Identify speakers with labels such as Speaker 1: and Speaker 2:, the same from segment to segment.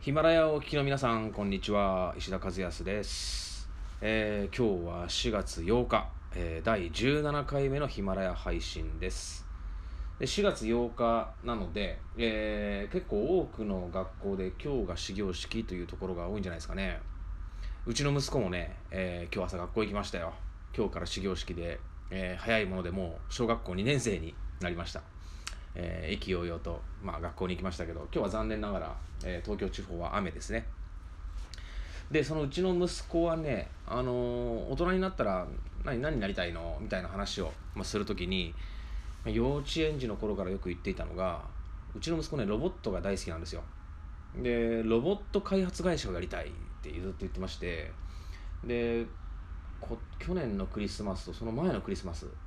Speaker 1: ヒマラヤをお聞きの皆さん、こんにちは。石田和康です。今日は4月8日、第17回目のヒマラヤ配信です。で4月8日なので、結構多くの学校で今日が始業式というところが多いんじゃないですかね。うちの息子もね、今日朝学校行きましたよ。今日から始業式で、早いものでもう小学校2年生になりました。意気揚々と、学校に行きましたけど、今日は残念ながら、東京地方は雨ですね。でそのうちの息子はね、大人になったら何になりたいのみたいな話を、するときに、幼稚園児の頃からよく言っていたのが、うちの息子ね、ロボットが大好きなんですよ。でロボット開発会社をやりたいってずっと言ってまして、で去年のクリスマスとその前のクリスマス、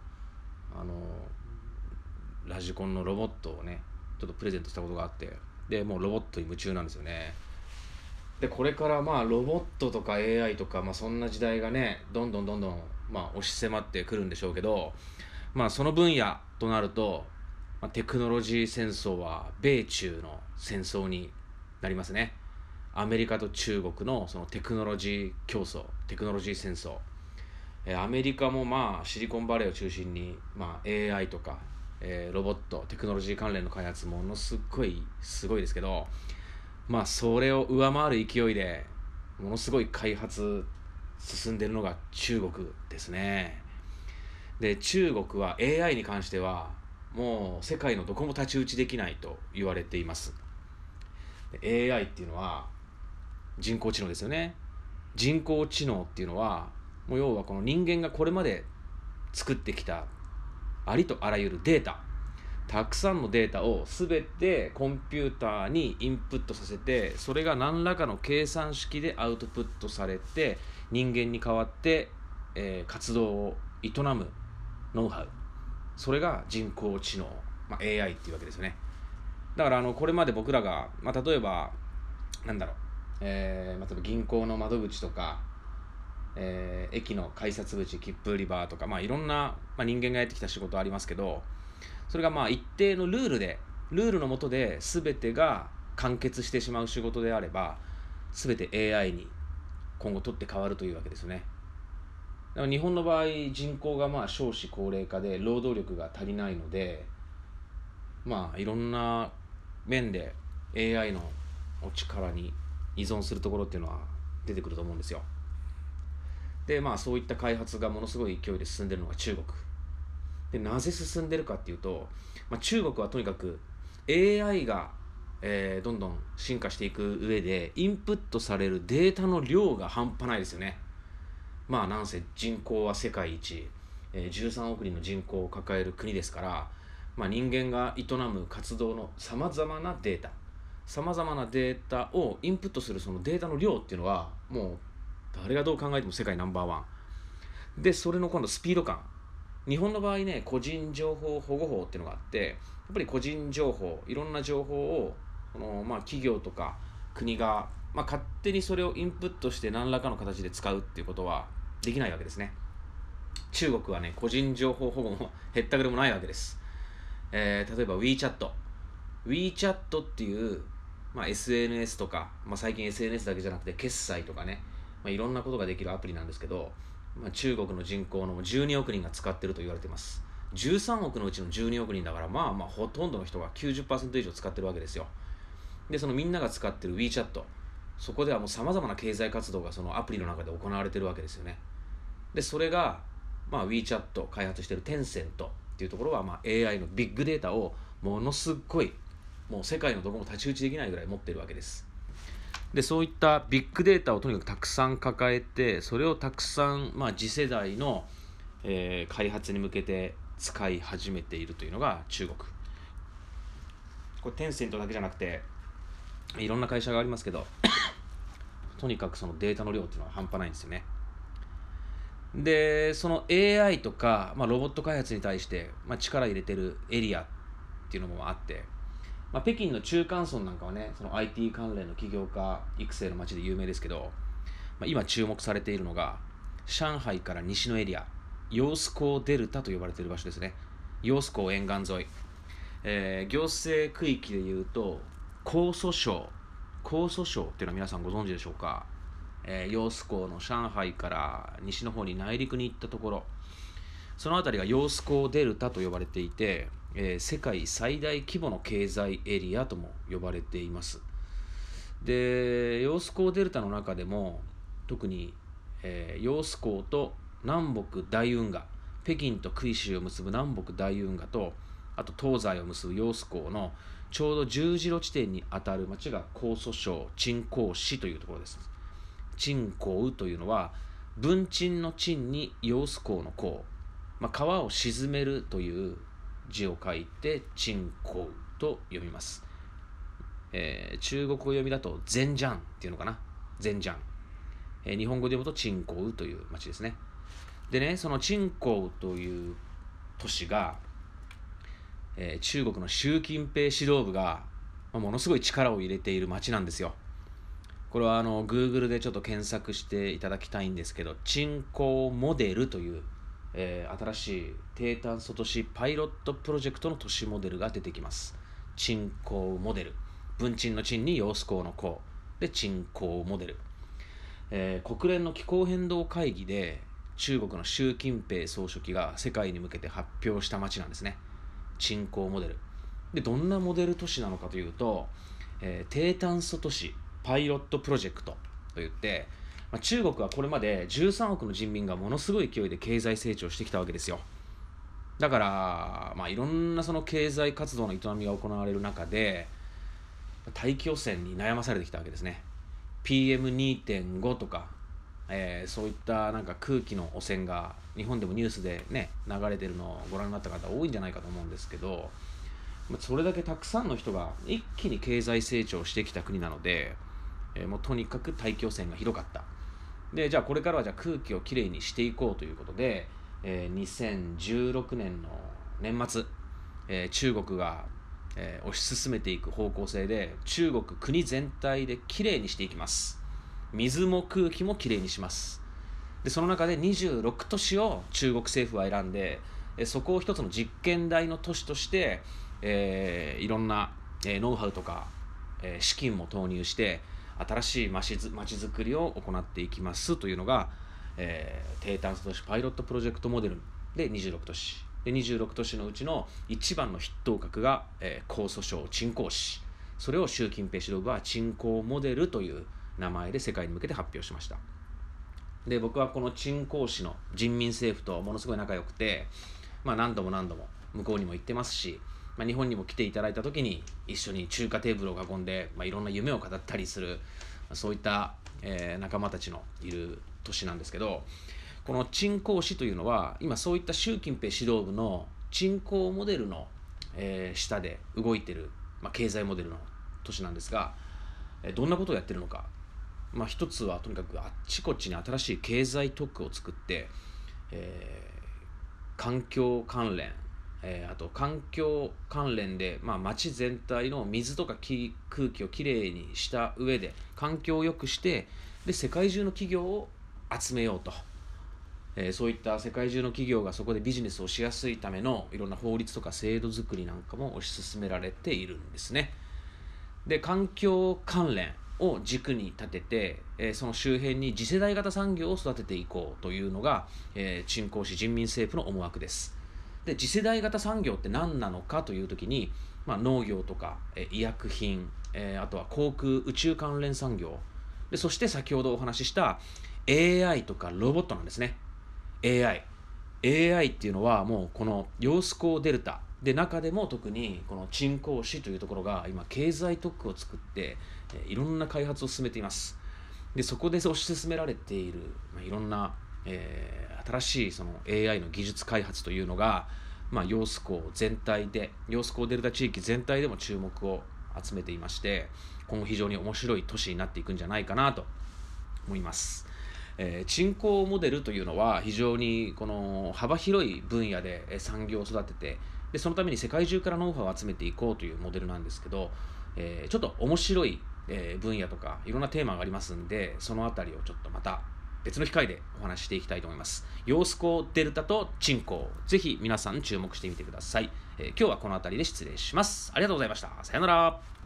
Speaker 1: ラジコンのロボットをねちょっとプレゼントしたことがあって、でもうロボットに夢中なんですよね。でこれからロボットとか AI とか、そんな時代がねどんどん押し迫ってくるんでしょうけど、その分野となると、テクノロジー戦争は米中の戦争になりますね。アメリカと中国のそのテクノロジー競争、テクノロジー戦争、アメリカもシリコンバレーを中心に、AI とか、ロボットテクノロジー関連の開発ものすごいですけど、それを上回る勢いでものすごい開発進んでるのが中国ですね。で中国は AI に関してはもう世界のどこも太刀打ちできないと言われています。で AI っていうのは人工知能ですよね。人工知能っていうのはもう要はこの人間がこれまで作ってきたありとあらゆるデータ、たくさんのデータを全てコンピューターにインプットさせて、それが何らかの計算式でアウトプットされて人間に代わって、活動を営むノウハウ、それが人工知能、AI っていうわけですよね。だからこれまで僕らが、例えば例えば銀行の窓口とか、駅の改札口、切符売り場とか、いろんな、人間がやってきた仕事ありますけど、それが一定のルールの下で全てが完結してしまう仕事であれば、全て AI に今後取って変わるというわけですよね。だから日本の場合、人口が少子高齢化で労働力が足りないので、いろんな面で AI のお力に依存するところっていうのは出てくると思うんですよ。でそういった開発がものすごい勢いで進んでるのが中国で、なぜ進んでるかっていうと、中国はとにかく AI が、どんどん進化していく上でインプットされるデータの量が半端ないですよね。なんせ人口は世界一、13億人の人口を抱える国ですから、人間が営む活動のさまざまなデータをインプットするそのデータの量っていうのはもう誰がどう考えても世界ナンバーワンで、それの今度スピード感、日本の場合ね、個人情報保護法っていうのがあって、やっぱり個人情報、いろんな情報を企業とか国が、勝手にそれをインプットして何らかの形で使うっていうことはできないわけですね。中国はね、個人情報保護もへったくれもないわけです。例えば WeChat っていう、SNS とか、最近 SNS だけじゃなくて決済とかね、いろんなことができるアプリなんですけど、中国の人口の12億人が使っていると言われています。13億のうちの12億人だから、ほとんどの人が 90% 以上使ってるわけですよ。でそのみんなが使ってる WeChat、 そこではもうさまざまな経済活動がそのアプリの中で行われてるわけですよね。でそれが、WeChat 開発しているテンセントっていうところは、AI のビッグデータをものすごい、もう世界のどこも太刀打ちできないぐらい持ってるわけです。でそういったビッグデータをとにかくたくさん抱えて、それをたくさん、次世代の、開発に向けて使い始めているというのが中国。これテンセントだけじゃなくていろんな会社がありますけどとにかくそのデータの量っていうのは半端ないんですよね。でその AI とか、ロボット開発に対して、力入れてるエリアっていうのもあって、北京の中関村なんかはね、その IT 関連の起業家育成の街で有名ですけど、今注目されているのが上海から西のエリア、揚子江デルタと呼ばれている場所ですね。揚子江沿岸沿い、行政区域でいうと江蘇省江蘇省っていうのは皆さんご存知でしょうか。揚子江の上海から西の方に内陸に行ったところ、その辺りが揚子江デルタと呼ばれていて、世界最大規模の経済エリアとも呼ばれています。で、揚子江デルタの中でも特に、揚子江と南北大運河、北京と杭州を結ぶ南北大運河と、あと東西を結ぶ揚子江のちょうど十字路地点にあたる町が江蘇省鎮江市というところです。鎮江というのは文鎮の鎮に揚子江の江、川を沈めるという字を書いて鎮江と読みます。中国語読みだとゼンジャンっていうのかな、ゼンジャン、日本語で読むと鎮江という町ですね。でね、その鎮江という都市が、中国の習近平指導部がものすごい力を入れている町なんですよ。これはGoogle でちょっと検索していただきたいんですけど、鎮江モデルという、新しい低炭素都市パイロットプロジェクトの都市モデルが出てきます。鎮江モデル、文鎮の鎮に揚子江の江で鎮江モデル、国連の気候変動会議で中国の習近平総書記が世界に向けて発表した町なんですね。鎮江モデルで、どんなモデル都市なのかというと、低炭素都市パイロットプロジェクトといって、中国はこれまで13億の人民がものすごい勢いで経済成長してきたわけですよ。だから、いろんなその経済活動の営みが行われる中で大気汚染に悩まされてきたわけですね。 PM2.5 とか、そういったなんか空気の汚染が日本でもニュースでね流れてるのをご覧になった方多いんじゃないかと思うんですけど、それだけたくさんの人が一気に経済成長してきた国なので、もうとにかく大気汚染がひどかった。で、じゃあこれからは空気をきれいにしていこうということで、2016年の年末、中国が、推し進めていく方向性で、中国国全体できれいにしていきます。水も空気もきれいにします。で、その中で26都市を中国政府は選んで、そこを一つの実験台の都市として、いろんな、ノウハウとか、資金も投入して新しい街づくりを行っていきますというのが、低炭素都市パイロットプロジェクトモデルで26都市で、26都市のうちの一番の筆頭格が、江蘇省鎮江市。それを習近平指導部は鎮江モデルという名前で世界に向けて発表しました。で、僕はこの鎮江市の人民政府とものすごい仲良くて、何度も向こうにも行ってますし、日本にも来ていただいた時に一緒に中華テーブルを囲んで、いろんな夢を語ったりする、そういった、仲間たちのいる都市なんですけど、この鎮江市というのは今そういった習近平指導部の鎮江モデルの、下で動いている、経済モデルの都市なんですが、どんなことをやってるのか、一つはとにかくあっちこっちに新しい経済特区を作って、環境関連、あと環境関連で、街全体の水とか空気をきれいにした上で環境を良くして、で世界中の企業を集めようと、そういった世界中の企業がそこでビジネスをしやすいためのいろんな法律とか制度作りなんかも推し進められているんですね。で、環境関連を軸に立てて、その周辺に次世代型産業を育てていこうというのが、鎮江市人民政府の思惑です。で、次世代型産業って何なのかというときに、農業とか、医薬品、あとは航空宇宙関連産業で、そして先ほどお話しした AI とかロボットなんですね。 AI っていうのはもうこの揚子江デルタで中でも特にこの鎮江市というところが今経済特区を作って、いろんな開発を進めています。で、そこで推し進められている、いろんな、新しいその AI の技術開発というのが、揚子江全体で、揚子江デルタ地域全体でも注目を集めていまして、今後非常に面白い都市になっていくんじゃないかなと思います。鎮江モデルというのは非常にこの幅広い分野で産業を育てて、でそのために世界中からノウハウを集めていこうというモデルなんですけど、ちょっと面白い分野とかいろんなテーマがありますんで、そのあたりをちょっとまた別の機会でお話ししていきたいと思います。揚子江デルタと鎮江、ぜひ皆さん注目してみてください。今日はこのあたりで失礼します。ありがとうございました。さようなら。